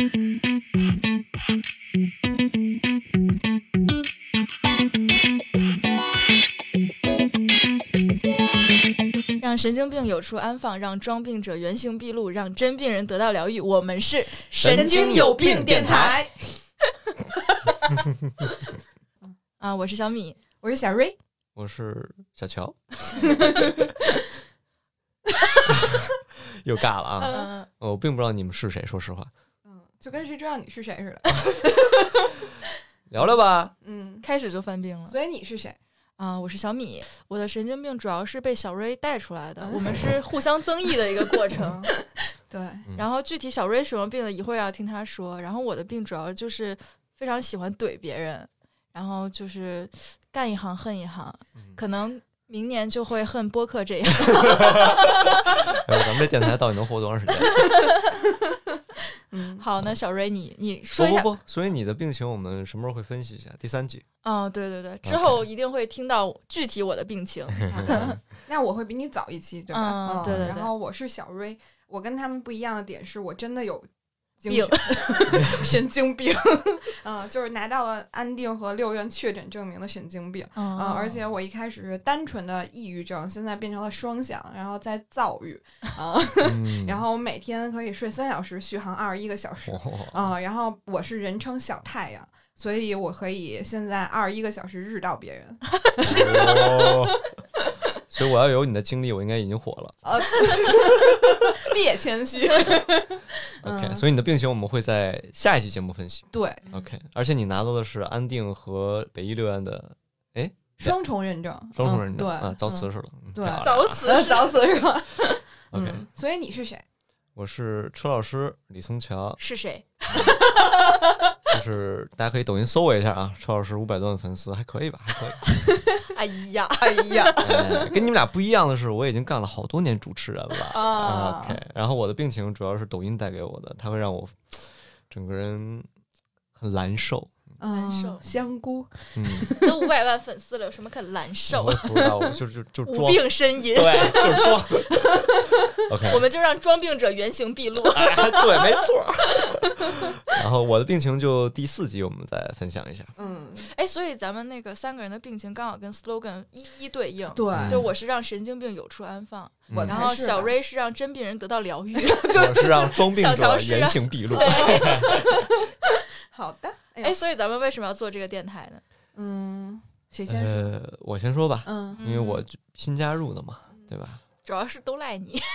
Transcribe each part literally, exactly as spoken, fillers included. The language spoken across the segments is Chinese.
让神经病有处安放，让装病者原形毕露，让真病人得到疗愈。我们是神经有病电台。 啊，我是小米， 我是小瑞， 我是小乔。又尬了啊！ 嗯、 我并不知道你们是谁，说实话。 嗯，就跟谁知道你是谁似的。 聊聊吧。 嗯， 开始就犯病了。 所以你是谁？ 啊，我是小米。我的神经病主要是被小瑞带出来的，嗯、我们是互相增益的一个过程。 对。 然后具体小瑞什么病的，一会儿要听他说。然后我的病主要就是非常喜欢怼别人，然后就是干一行恨一行，嗯、可能明年就会恨播客这样。 哎，咱们这电台到底能活多长时间？ 嗯，好，那小瑞你你说一下。 不不不，所以你的病情我们什么时候会分析一下？第三集。 哦，对对对，之后一定会听到具体我的病情。 那我会比你早一期，对吧？ 嗯，对对对。 然后我是小瑞，我跟他们不一样的点是我真的有病， 神经病。嗯，就是拿到了安定和六院确诊证明的神经病。嗯、呃，而且我一开始是单纯的抑郁症，现在变成了双响，然后再躁郁。啊、嗯，然后我每天可以睡三小时，续航二十一个小时。啊、呃，然后我是人称小太阳。所以我可以现在二十一个小时日到别人。 哦，所以我要有你的经历，我应该已经火了。 啊，别谦虚。 OK， 所以你的病情我们会在下一期节目分析。 对 ，OK， 而且你拿到的是安定和北医六院的，哎， 双重认证， 双重认证， 嗯、对， 啊，早辞是了， 嗯、对， 早辞， 早辞是吧 ？OK，、 嗯、所以你是谁？ 我是车老师李松桥。 是谁？ 就是大家可以抖音搜我一下啊，车老师五百多万粉丝，还可以吧，还可以。 哎呀， 哎呀、 哎，跟你们俩不一样的是，我已经干了好多年主持人了啊。 OK， 然后我的病情主要是抖音带给我的，它会让我整个人很难受。 难受、 嗯，香菇， 嗯， 都五百万粉丝了，有什么可难受？ 我不知道，我就就就装无病呻吟， 对，就是装。OK， 我们就让装病者原形毕露。 哎，对，没错。然后我的病情就第四集我们再分享一下。 嗯， 哎，所以咱们那个三个人的病情刚好跟 slogan 一一对应。 对， 就我是让神经病有处安放， 嗯、 然后小瑞是让真病人得到疗愈， 我是让装病者原形毕露。 好的。 哎，所以咱们为什么要做这个电台呢？ 嗯，谁先说？ 呃，我先说吧。 嗯， 因为我新加入的嘛，嗯、对吧？ 主要是都赖你。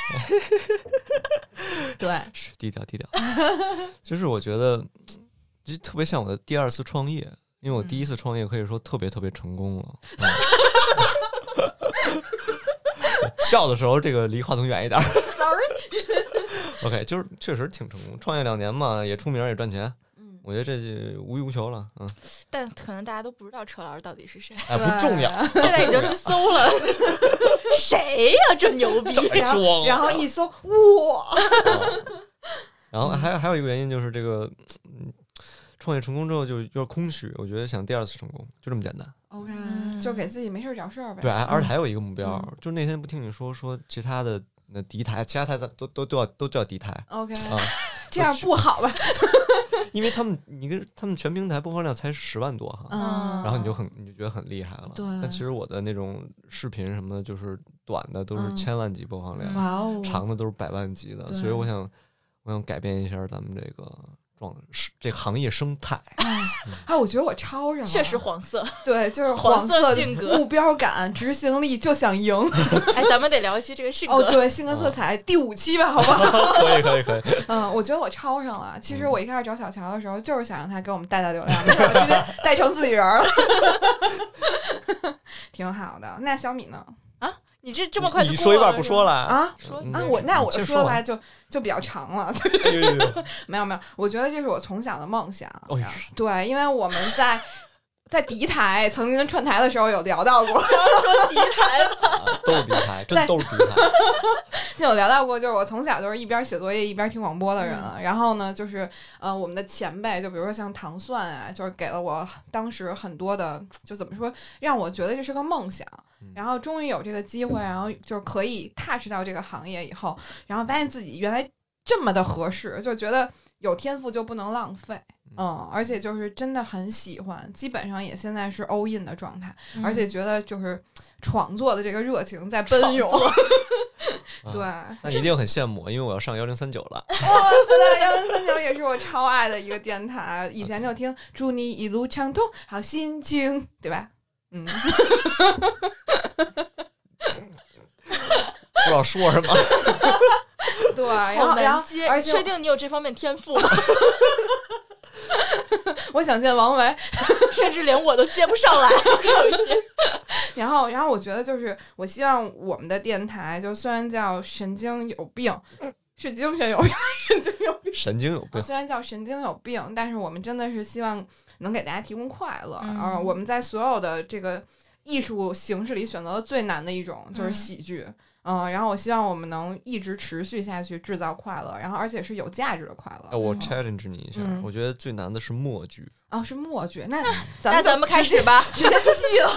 对， 低调低调。就是我觉得，就特别像我的第二次创业，因为我第一次创业可以说特别特别成功了。嗯、笑的时候，这个离话筒远一点。Sorry。OK， 就是确实挺成功，创业两年嘛，也出名也赚钱。我觉得这就无欲无求了，嗯。 但可能大家都不知道车老师到底是谁， 哎，不重要。 现在已经去搜了，谁呀、啊？这牛逼！ 然后, 然后一搜，哇！ 然后还有还有一个原因就是这个，嗯，创业成功之后就有点空虚，我觉得想第二次成功，就这么简单。 OK，、嗯、就给自己没事找事儿呗。 对，而且还有一个目标， 嗯、 就那天不听你说说其他的那敌台，其他台都都都要都叫敌台。 OK，、 啊、 这样不好吧？ 因为他们，你跟他们全平台播放量才十万多哈， 嗯， 然后你就很你就觉得很厉害了。 对， 但其实我的那种视频什么的，就是短的都是千万级播放量， 哇哦、 嗯，长的都是百万级的，所以我想，我想改变一下咱们这个状这个行业生态。 哎，哎，我觉得我超上了， 确实黄色， 对，就是黄色性格、 目标感、执行力，就想赢。 哎，咱们得聊一期这个性格。 哦，对，性格色彩、哦、第五期吧，好不好？ 可以，可以，可以。 嗯，我觉得我超上了。其实我一开始找小乔的时候，就是想让他给我们带带流量，没想到直接带成自己人了，挺好的。那小米呢？ 啊？你这这么快就你说一半不说了啊？ 说啊，我那我说的话就就比较长了。 哎呦呦呦没有没有，我觉得这是我从小的梦想。 哦、 对，因为我们在在敌台曾经串台的时候有聊到过， 说敌台了、 啊，都是敌台，真都是敌台。 就有聊到过，就是我从小就是一边写作业一边听广播的人、嗯、然后呢，就是呃我们的前辈，就比如说像糖蒜啊，就是给了我当时很多的，就怎么说，让我觉得这是个梦想。然后终于有这个机会，然后就是可以 touch 到这个行业以后，然后发现自己原来这么的合适，就觉得有天赋就不能浪费。嗯，而且就是真的很喜欢，基本上也现在是 all in 的状态，嗯、而且觉得就是创作的这个热情在奔涌。对、 啊，那一定很羡慕，因为我要上幺零三九了。 哇塞，幺零三九也是我超爱的一个电台，以前就听祝你一路畅通，好心情，对吧？嗯， 不知道说什么。 对，然后然后而且确定你有这方面天赋吗？ 我想见王维， 甚至连我都接不上来。 然后，然后我觉得就是，我希望我们的电台，就虽然叫神经有病，是精神有病，神经有病， 神经有病。 虽然叫神经有病，但是我们真的是希望能给大家提供快乐。 嗯、 呃，我们在所有的这个艺术形式里选择了最难的一种，就是喜剧。嗯嗯，然后我希望我们能一直持续下去，制造快乐，然后而且是有价值的快乐。 哎，我 challenge 你一下，嗯、我觉得最难的是默剧。 哦，是默剧，那咱们那咱们开始吧， 直接气了。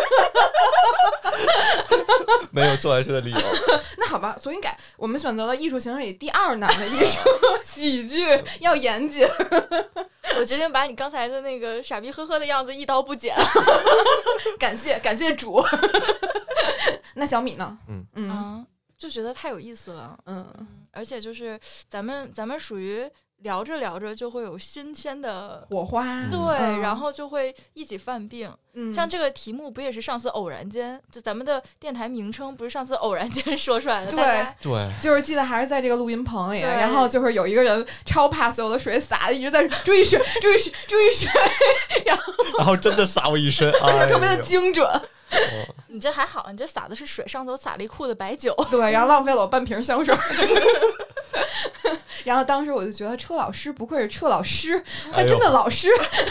没有做下去的理由。 那好吧，重新改，我们选择了艺术形式里第二难的艺术喜剧，要严谨。 我决定把你刚才的那个傻逼呵呵的样子一刀不剪。 感谢感谢主。那小米呢？ 嗯嗯，就觉得太有意思了。嗯，而且就是咱们咱们属于聊着聊着就会有新鲜的火花， 对， 嗯、 然后就会一起犯病。嗯，像这个题目不也是上次偶然间，就咱们的电台名称不是上次偶然间说出来的？ 对对， 就是记得还是在这个录音棚里，然后就是有一个人超怕所有的水洒的，一直在注意水，注意水，注意水，然后然后真的洒我一身，哎、 特别的精准。 你这还好，你这洒的是水，上头洒了一裤子白酒， 对，然后浪费了我半瓶香水。然后当时我就觉得车老师不愧是车老师，他真的老师。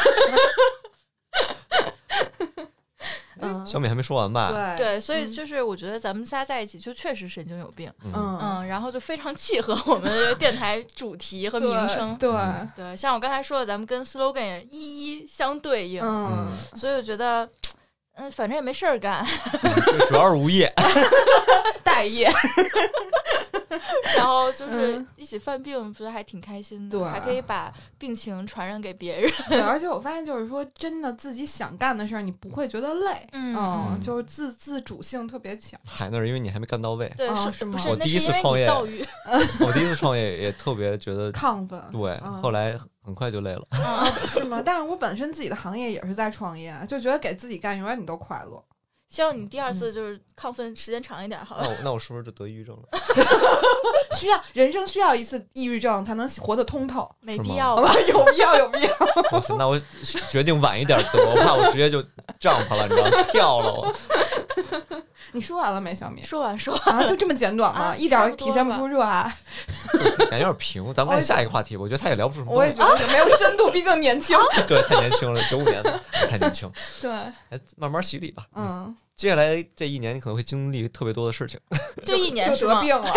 嗯，小米还没说完吧？ 对对，所以就是我觉得咱们仨在一起就确实神经有病， 嗯嗯，然后就非常契合我们的电台主题和名称。 对对, 对，像我刚才说的，咱们跟 slogan 也一一相对应， 嗯， 所以我觉得。嗯，反正也没事儿干， 主要是无业待业， 然后就是一起犯病，不是还挺开心的？ 对， 还可以把病情传染给别人。 对，而且我发现就是说，真的自己想干的事儿，你不会觉得累， 嗯， 嗯就是自自主性特别强。 嗨，那是因为你还没干到位。 对， 哦、 是吗？ 不是？ 我第一次创业， 躁郁。 我第一次创业也特别觉得亢奋。 对， 嗯、 后来很快就累了。 啊，是吗？但是我本身自己的行业也是在创业，就觉得给自己干，永远你都快乐。 希望你第二次就是亢奋时间长一点好了。 那我那我是不是就得抑郁症了？ 需要人生需要一次抑郁症才能活得通透， 没必要吧？ 有必要，有必要。 那我决定晚一点得，我怕我直接就 jump 了，你知道吗？跳了我。 你说完了没，小米？ 说完说完、 啊，就这么简短吗？啊、一点体现不出热爱， 感觉有点平。咱们看下一个话题，我觉得他也聊不出什么。 我也觉得没有深度，毕竟年轻。 对，太年轻了，九五年的，太年轻。 对， 哎，慢慢洗礼吧。 嗯， 接下来这一年你可能会经历特别多的事情。 就一年就得病了。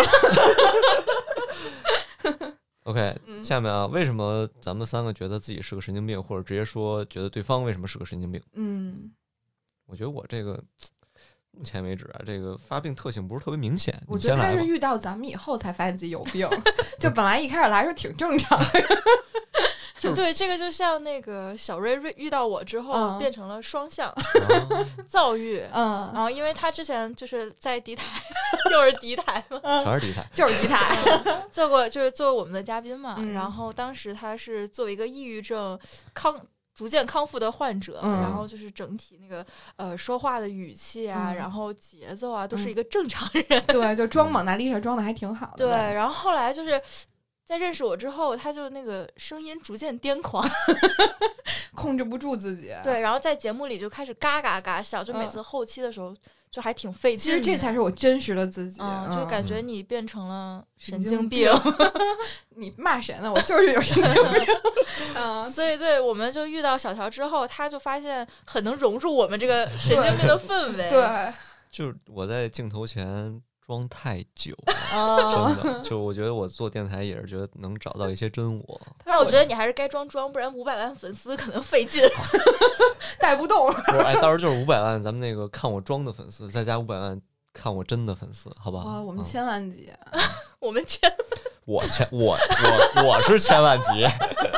OK，、嗯、下面啊，为什么咱们三个觉得自己是个神经病，或者直接说觉得对方为什么是个神经病？ 嗯， 我觉得我这个。目前为止啊，这个发病特性不是特别明显。 我觉得他是遇到咱们以后才发现自己有病，就本来一开始来说挺正常的。 就是、 对，这个就像那个小瑞瑞遇到我之后、 嗯、 变成了双向、嗯、躁郁， 嗯， 然后因为他之前就是在敌台，又是敌台嘛， 全是敌台， 就是敌台， 嗯、做过就是做我们的嘉宾嘛、 嗯， 然后当时他是作为一个抑郁症康。逐渐康复的患者、 嗯， 然后就是整体那个呃说话的语气啊、 嗯， 然后节奏啊，都是一个正常人。 对，就装猛拿丽莎装的还挺好的。 对，然后后来就是在认识我之后，他就那个声音逐渐癫狂， 控制不住自己。 对，然后在节目里就开始嘎嘎嘎笑，就每次后期的时候。嗯就还挺费劲， 其实这才是我真实的自己， 嗯，就感觉你变成了神经病。你骂谁呢？我就是有神经病。 嗯，所以对，我们就遇到小乔之后，他就发现很能融入我们这个神经病的氛围。 对， 就是我在镜头前装太久了， 哦、 真的，就我觉得我做电台也是觉得能找到一些真我。 但我觉得你还是该装装，不然五百万粉丝可能费劲。 带不动。 不是，哎，到时候就是五百万，咱们那个看我装的粉丝，再加五百万看我真的粉丝，好不好？ 哇，我们千万级， 嗯、我们千， 我千我我我是千万级。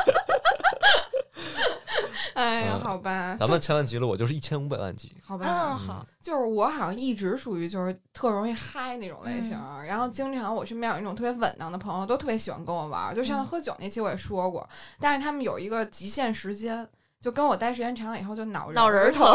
哎呀， 嗯好吧， 咱们千万级了，我就是一千五百万级。 好吧， 嗯，好， 就是我好像一直属于就是特容易嗨那种类型， 嗯、 然后经常我身边有一种特别稳当的朋友，都特别喜欢跟我玩。就上次喝酒那期我也说过，嗯、但是他们有一个极限时间，就跟我待时间长了以后就脑脑仁疼，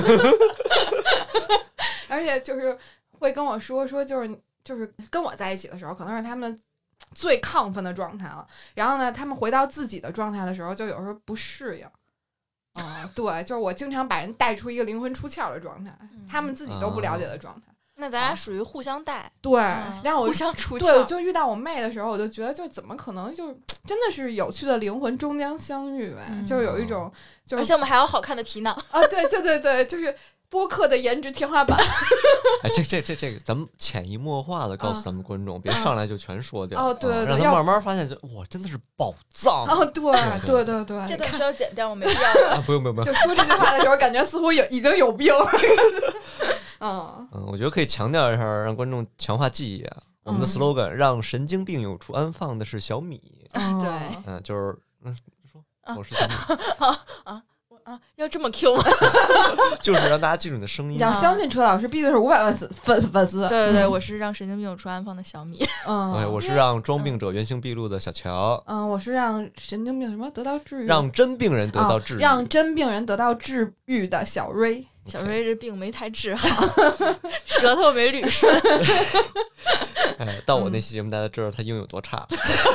而且就是会跟我说说就是就是跟我在一起的时候，可能是他们最亢奋的状态了，然后呢，他们回到自己的状态的时候，就有时候不适应。嗯，对，就是我经常把人带出一个灵魂出窍的状态，嗯、他们自己都不了解的状态。 那咱俩属于互相带， 对， 嗯、 让我互相出窍。 对，我就遇到我妹的时候，我就觉得，就怎么可能，就真的是有趣的灵魂终将相遇呗，嗯、就是有一种，就是而且我们还有好看的皮囊啊，对对对对，就是播客的颜值天花板。 哎，这这这这个，咱们潜移默化的告诉咱们观众，嗯、别上来就全说掉。 哦，对对对， 让他慢慢发现，就哇，真的是宝藏。 哦，对对对对， 这段需要剪掉，我没必要。 啊，不用不用不用。 就说这句话的时候，感觉似乎有已经有病了。嗯嗯，我觉得可以强调一下，让观众强化记忆啊。我们的 slogan，、嗯、让神经病有处安放的是小米。 嗯、对， 嗯，就是嗯，说我是小米。 啊啊。啊，要这么 Q 吗？ 就是让大家记住你的声音。 要相信车老师毕竟是五百万粉粉粉丝。 对对对，嗯、我是让神经病有处安放的小米。 嗯， 对，我是让装病者原形毕露的小乔。 嗯，我是让神经病什么得到治愈， 让真病人得到治愈， 哦、让真病人得到治愈的小瑞。 Okay. 小瑞这病没太治好，舌头没捋顺。 哎，到我那期节目，大家知道他英语有多差。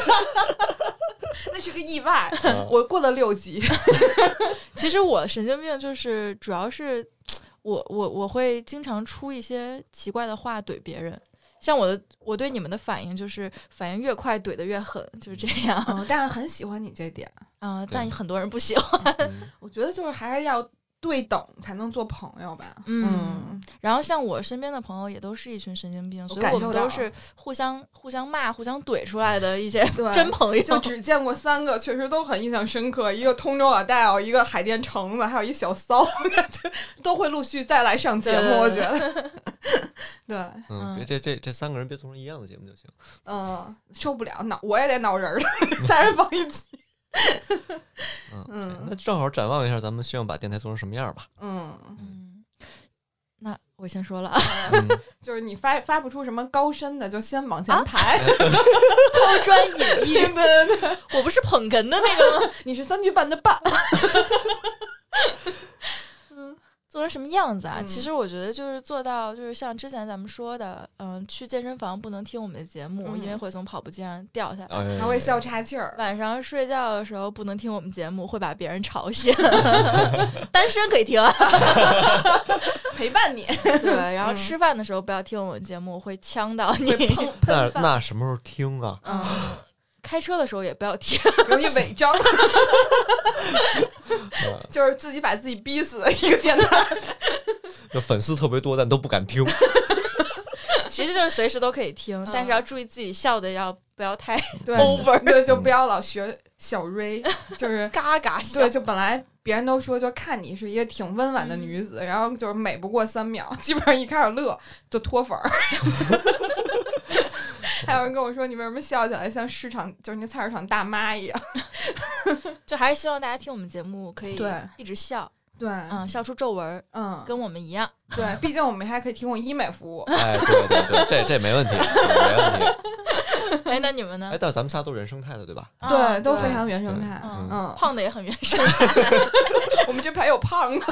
那是个意外，嗯、我过了六级。 其实我神经病就是主要是我我我会经常出一些奇怪的话怼别人，像我的我对你们的反应就是反应越快怼得越狠，就是这样。 嗯，但是很喜欢你这点啊、呃，但很多人不喜欢。 我觉得就是还是要对等才能做朋友吧。 嗯， 嗯然后像我身边的朋友也都是一群神经病，所以我们都是互相互相骂、互相怼出来的一些真朋友。 就只见过三个，确实都很印象深刻，一个通州老戴尔，一个海淀橙子，还有一小骚，都会陆续再来上节目。我觉得，对， 嗯，别这这这三个人别做成一样的节目就行。 嗯，受不了，脑我也得脑仁儿的，三人放一起。 嗯嗯，那正好展望一下，咱们希望把电台做成什么样吧。 嗯嗯，那我先说了， 嗯、 就是你发发不出什么高深的，就先往前排， 抛砖引玉。 对对对， 我不是捧哏的那个吗？ 你是三句半的半。 嗯，做成什么样子啊？ 嗯、 其实我觉得就是做到，就是像之前咱们说的，嗯，去健身房不能听我们的节目，嗯、因为会从跑步机上掉下来， 哎、 还会笑岔气儿。 晚上睡觉的时候不能听我们节目，会把别人吵醒。单身可以听， 陪伴你。 对，然后吃饭的时候不要听我们节目，会呛到你。 那那什么时候听啊？ 嗯。开车的时候也不要听， 容易违章。就是自己把自己逼死的一个电台。 就粉丝特别多，但都不敢听。 其实就是随时都可以听，嗯、但是要注意自己笑的要不要太 over， 对，就不要老学小瑞，就是嘎嘎笑。 对，就本来别人都说，就看你是一个挺温婉的女子，嗯、然后就是每不过三秒，基本上一开始乐就脱粉儿。还有人跟我说，你为什么笑起来像市场，就是那菜市场大妈一样？ 就还是希望大家听我们节目可以一直笑， 对， 嗯，笑出皱纹， 嗯， 跟我们一样。 对，毕竟我们还可以提供医美服务。 哎，对对对，这这没问题，没问题。 哎，那你们呢？ 哎，但咱们仨都原生态的，对吧？ 对，啊、都非常原生态， 嗯， 嗯胖的也很原生态。 我们这排有胖的。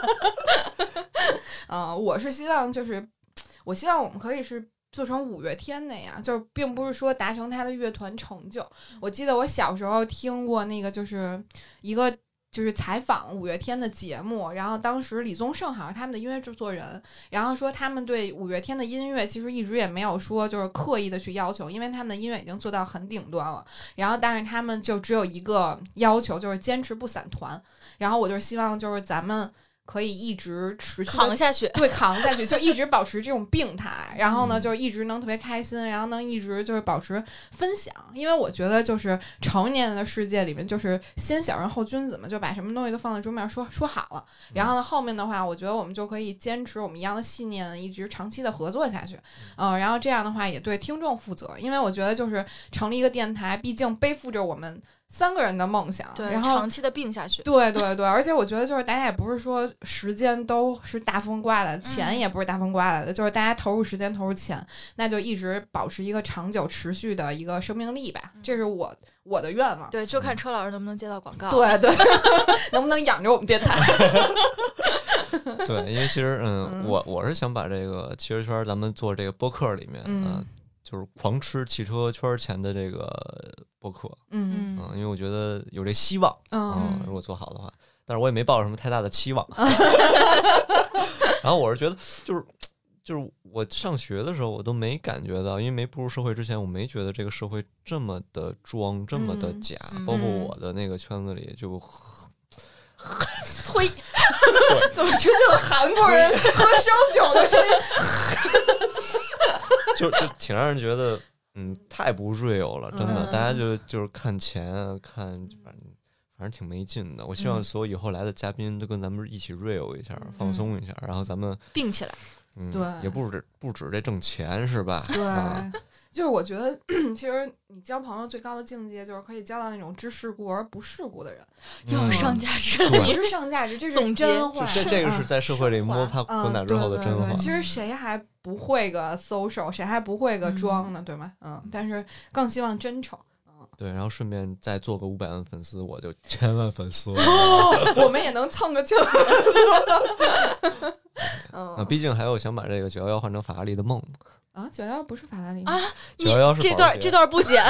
啊、呃，我是希望就是，我希望我们可以是。做成五月天那样，就是并不是说达成他的乐团成就。我记得我小时候听过那个，就是一个就是采访五月天的节目，然后当时李宗盛好像他们的音乐制作人，然后说他们对五月天的音乐其实一直也没有说就是刻意的去要求，因为他们的音乐已经做到很顶端了。然后但是他们就只有一个要求，就是坚持不散团。然后我就希望就是咱们可以一直持续扛下去， 对，扛下去，就一直保持这种病态，然后呢，就是一直能特别开心，然后能一直就是保持分享，因为我觉得就是成年人的世界里面，就是先小人后君子嘛，就把什么东西都放在桌面说说好了，然后呢，后面的话，我觉得我们就可以坚持我们一样的信念，一直长期的合作下去，嗯、呃，然后这样的话也对听众负责，因为我觉得就是成立一个电台，毕竟背负着我们三个人的梦想， 对， 然后长期的病下去， 对对对，而且我觉得就是大家也不是说时间都是大风刮来的，钱也不是大风刮来的，嗯、就是大家投入时间投入钱，那就一直保持一个长久持续的一个生命力吧，这是我我的愿望。 对，就看车老师能不能接到广告， 对对，能不能养着我们电台。 对，因为其实嗯，嗯我我是想把这个汽车圈咱们做这个播客里面，嗯、呃，就是狂吃汽车圈钱的这个播客， 嗯嗯，因为我觉得有这希望， 嗯， 嗯如果做好的话，但是我也没抱什么太大的期望。然后我是觉得，就是就是我上学的时候，我都没感觉到，因为没步入社会之前，我没觉得这个社会这么的装，这么的假， 嗯、 包括我的那个圈子里就。 推，怎么出现了韩国人喝烧酒的声音？ 就就挺让人觉得，嗯，太不 real 了，真的， 嗯、 大家就就是看钱啊，看反正反正挺没劲的。我希望所有以后来的嘉宾都跟咱们一起 real 一下，嗯、放松一下，然后咱们并起来。 嗯， 对， 也不止不止这挣钱是吧？ 对。 啊就是我觉得，其实你交朋友最高的境界，就是可以交到那种知世故而不世故的人。 要上价值， 不是上价值，这是真话。 这这个是在社会里摸爬滚打之后的真话。 嗯、其实谁还不会个 social， 谁还不会个装呢， 嗯、 对吧？嗯，但是更希望真诚。嗯， 对，然后顺便再做个五百万粉丝，我就千万粉丝了。 哦、我们也能蹭个千万粉丝。嗯， 啊，毕竟还有想把这个九幺幺换成法拉利的梦。 啊，九幺幺不是法拉利啊！ 九幺幺是这段这段不剪，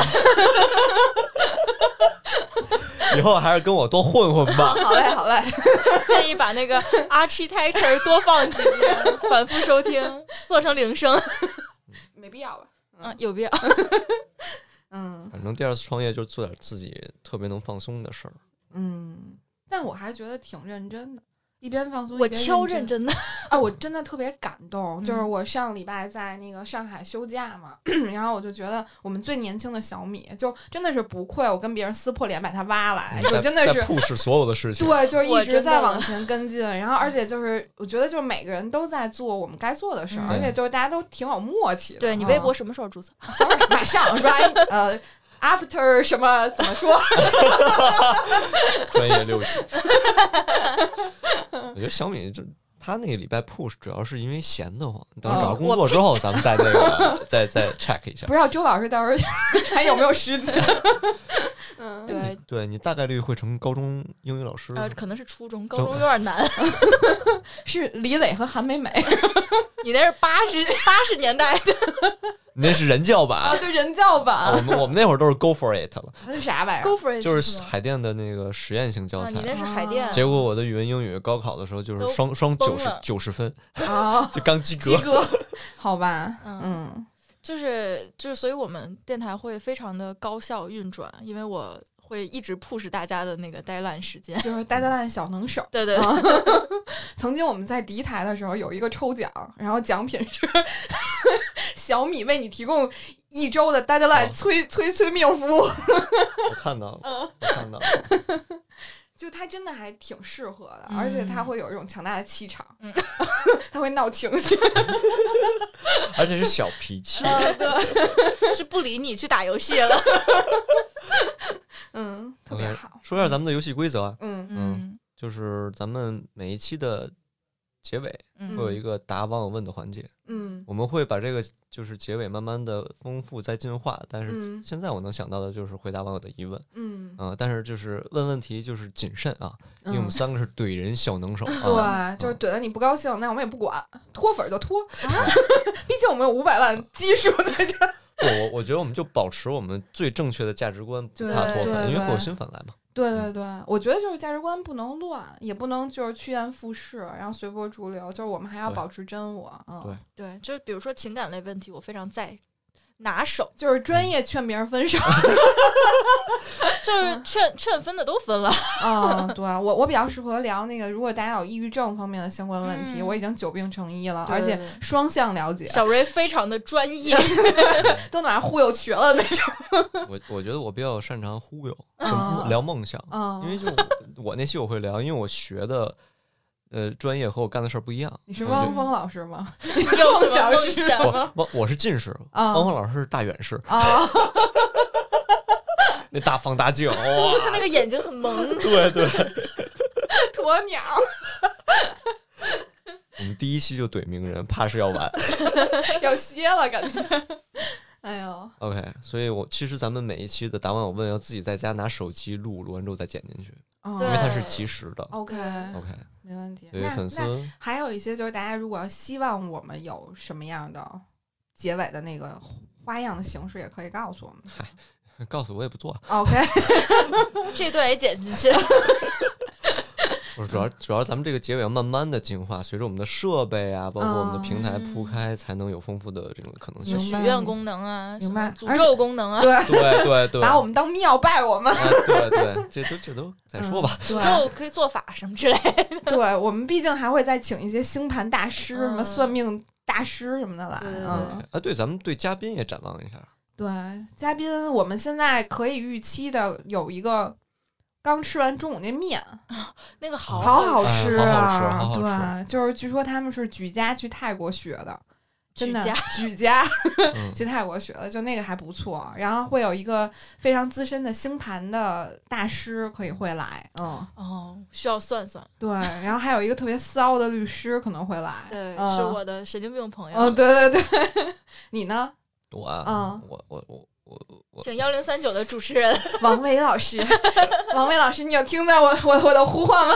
以后还是跟我多混混吧。 好嘞，好嘞， 建议把那个 Architecture 多放几遍，反复收听，做成铃声。 没必要吧？ 嗯，有必要。 嗯， 反正第二次创业就做点自己特别能放松的事儿。 嗯，但我还觉得挺认真的。一边放松， 我超认真的啊！我真的特别感动， 嗯、 就是我上礼拜在那个上海休假嘛，然后我就觉得我们最年轻的小米，就真的是不愧我跟别人撕破脸把他挖来， 嗯、 就真的是 push 所有的事情， 对，就是一直在往前跟进，然后而且就是我觉得就是每个人都在做我们该做的事儿， 嗯、 而且就是大家都挺有默契的。 对你微博什么时候注册？ 嗯、马上 right 呃。After 什么怎么说？ 专业六级。我觉得小米就他那个礼拜 push 主要是因为闲得慌，等找到工作之后，咱们再那个再再 check 一下。 不知道周老师到时候还有没有时间？ 嗯，对， 对你大概率会成高中英语老师， 呃，可能是初中，高中有点难。 是李磊和韩美美， 你那是八十八十年代的。 你那是人教版啊，对人教版。 啊、我们我们那会儿都是 Go for it 了。 那是啥玩意儿 ？Go for it 就是海淀的那个实验性教材。啊、 你那是海淀。 结果我的语文英语高考的时候就是双双九十九十分， 啊， 就刚及格。 及格，好吧， 嗯。 嗯就是就是，所以我们电台会非常的高效运转，因为我会一直 push 大家的那个 deadline 时间， 就是 deadline 小能手。 对对对。 曾经我们在敌台的时候有一个抽奖，然后奖品是小米为你提供一周的 deadline 催、哦、催催命服务。 我看到了，我看到了。 就他真的还挺适合的， 嗯、 而且他会有一种强大的气场，嗯、他会闹情绪， 而且是小脾气， 呃、对，是不理你去打游戏了。 嗯，特别好。 说一下咱们的游戏规则， 嗯嗯，就是咱们每一期的结尾会有一个答网友问的环节， 嗯， 我们会把这个就是结尾慢慢的丰富再进化，但是现在我能想到的就是回答网友的疑问， 嗯， 呃、但是就是问问题就是谨慎啊，因为我们三个是怼人小能手， 嗯啊、 对，就是怼了你不高兴，那我们也不管，脱粉就脱，毕竟我们有五百万基数在这儿。 我我觉得我们就保持我们最正确的价值观，不怕脱粉，因为会有新粉来嘛。 对对对，我觉得就是价值观不能乱，也不能就是趋炎附势，然后随波逐流，就是我们还要保持真我。嗯， 对对，就是比如说情感类问题，我非常在拿手， 就是专业劝别人分手， 就是劝劝分的都分了。 嗯，对我我比较适合聊那个，如果大家有抑郁症方面的相关问题，嗯、我已经久病成医了， 对对对， 而且双向了解。 小瑞非常的专业， 都哪忽悠瘸了那种。 我我觉得我比较擅长忽悠， 嗯、 聊梦想， 嗯、 因为就我那期我会聊，因为我学的。呃，专业和我干的事儿不一样。 你是汪峰老师吗？ 你有什么梦想吗？我我是近视， 啊、 汪峰老师是大远视啊。 那大放大镜，哇， 他那个眼睛很萌。 对对， 鸵鸟。 我们第一期就怼名人，怕是要完， 要歇了感觉。哎呦 ，OK， 所以我其实咱们每一期的答完我问要自己在家拿手机录，录完之后再剪进去， 哦、 因为它是及时的。 OK OK， 没问题。 对粉丝还有一些就是大家如果要希望我们有什么样的结尾的那个花样的形式，也可以告诉我们。 嗨，告诉我也不做。 OK， 这段也剪进去。 不是主要主要咱们这个结尾要慢慢的进化，随着我们的设备啊，包括我们的平台铺开，嗯、才能有丰富的这种可能性。 许愿功能啊， 明白？ 诅咒功能啊， 对对对对， 把我们当庙拜我们。 啊、对对，这都这都再说吧。 诅咒、嗯、可以做法什么之类的。 对，我们毕竟还会再请一些星盘大师、嗯、什么算命大师什么的来。嗯啊，对，咱们对嘉宾也展望一下。 对，嘉宾，我们现在可以预期的有一个。刚吃完中午那面， 那个好好好吃啊！ 哎、好好吃，好好吃。 对，就是据说他们是举家去泰国学的，真的举家举家去泰国学的，就那个还不错。然后会有一个非常资深的星盘的大师可以会来，嗯， 哦，需要算算。 对，然后还有一个特别骚的律师可能会来， 对， 嗯、 是我的神经病朋友。 哦，对对对，你呢？ 我啊， 嗯， 我我我。我请幺零三九的主持人王伟老师，王伟老师，你有听到我我我的呼唤吗？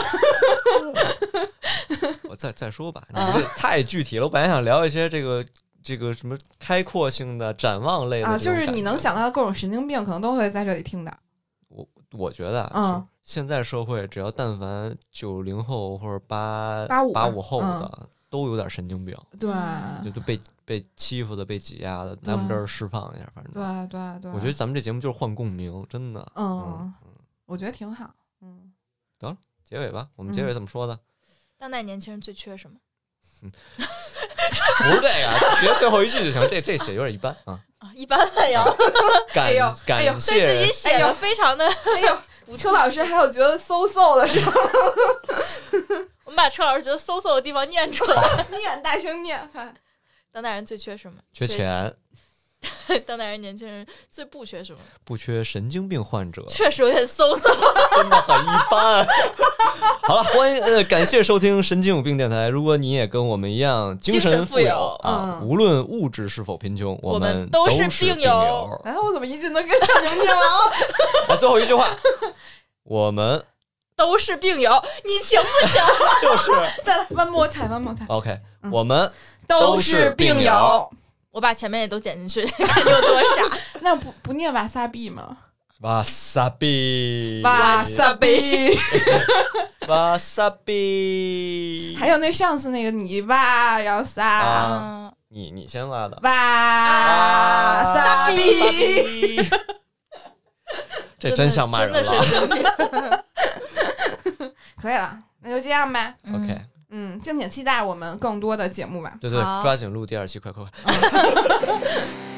我再再说吧，你这太具体了。我本来想聊一些这个这个什么开阔性的、展望类的啊，就是你能想到的各种神经病，可能都会在这里听到。 我我觉得， 嗯， 现在社会只要但凡九零后或者八八五八五后的。 嗯都有点神经病， 对， 就都被被欺负的、被挤压的，咱们这儿释放一下，反正对对对。 我觉得咱们这节目就是换共鸣，真的， 嗯，嗯我觉得挺好，嗯。 得了，结尾吧，我们结尾怎么说的？ 嗯、当代年轻人最缺什么？ 嗯、不是这个，学最后一句就行，这这写有点一般啊。 啊，一般了呀。 感感谢， 对自己写的非常的， 哎呦，车老师还有觉得嗖嗖的时候。 我们把车老师觉得嗖嗖的地方念出来， 念大声念。 当代人最缺什么？ 缺钱。 当代人年轻人最不缺什么？ 不缺神经病患者。 确实有点嗖嗖， 真的很一般。好了，欢迎呃，感谢收听神经有病电台。如果你也跟我们一样精神富有啊， 嗯、 无论物质是否贫穷， 我们都是病友。 哎，我怎么一句能跟上你们念完了？ 来，最后一句话，我们。 都是病友，你行不行？ 就是再来 one more time，one more time。 OK，、 嗯、 我们都是病友。 我把前面也都剪进去，看你有多傻。 那不不念瓦萨比吗？ 瓦萨比， 瓦萨比， 瓦萨比。 还有那上次那个你挖，然后撒， 啊、你你先挖的。 瓦萨比。 这真像骂人了。 可以了，那就这样吧。 OK， 嗯，敬请期待我们更多的节目吧。 对对，抓紧录第二期，快快快。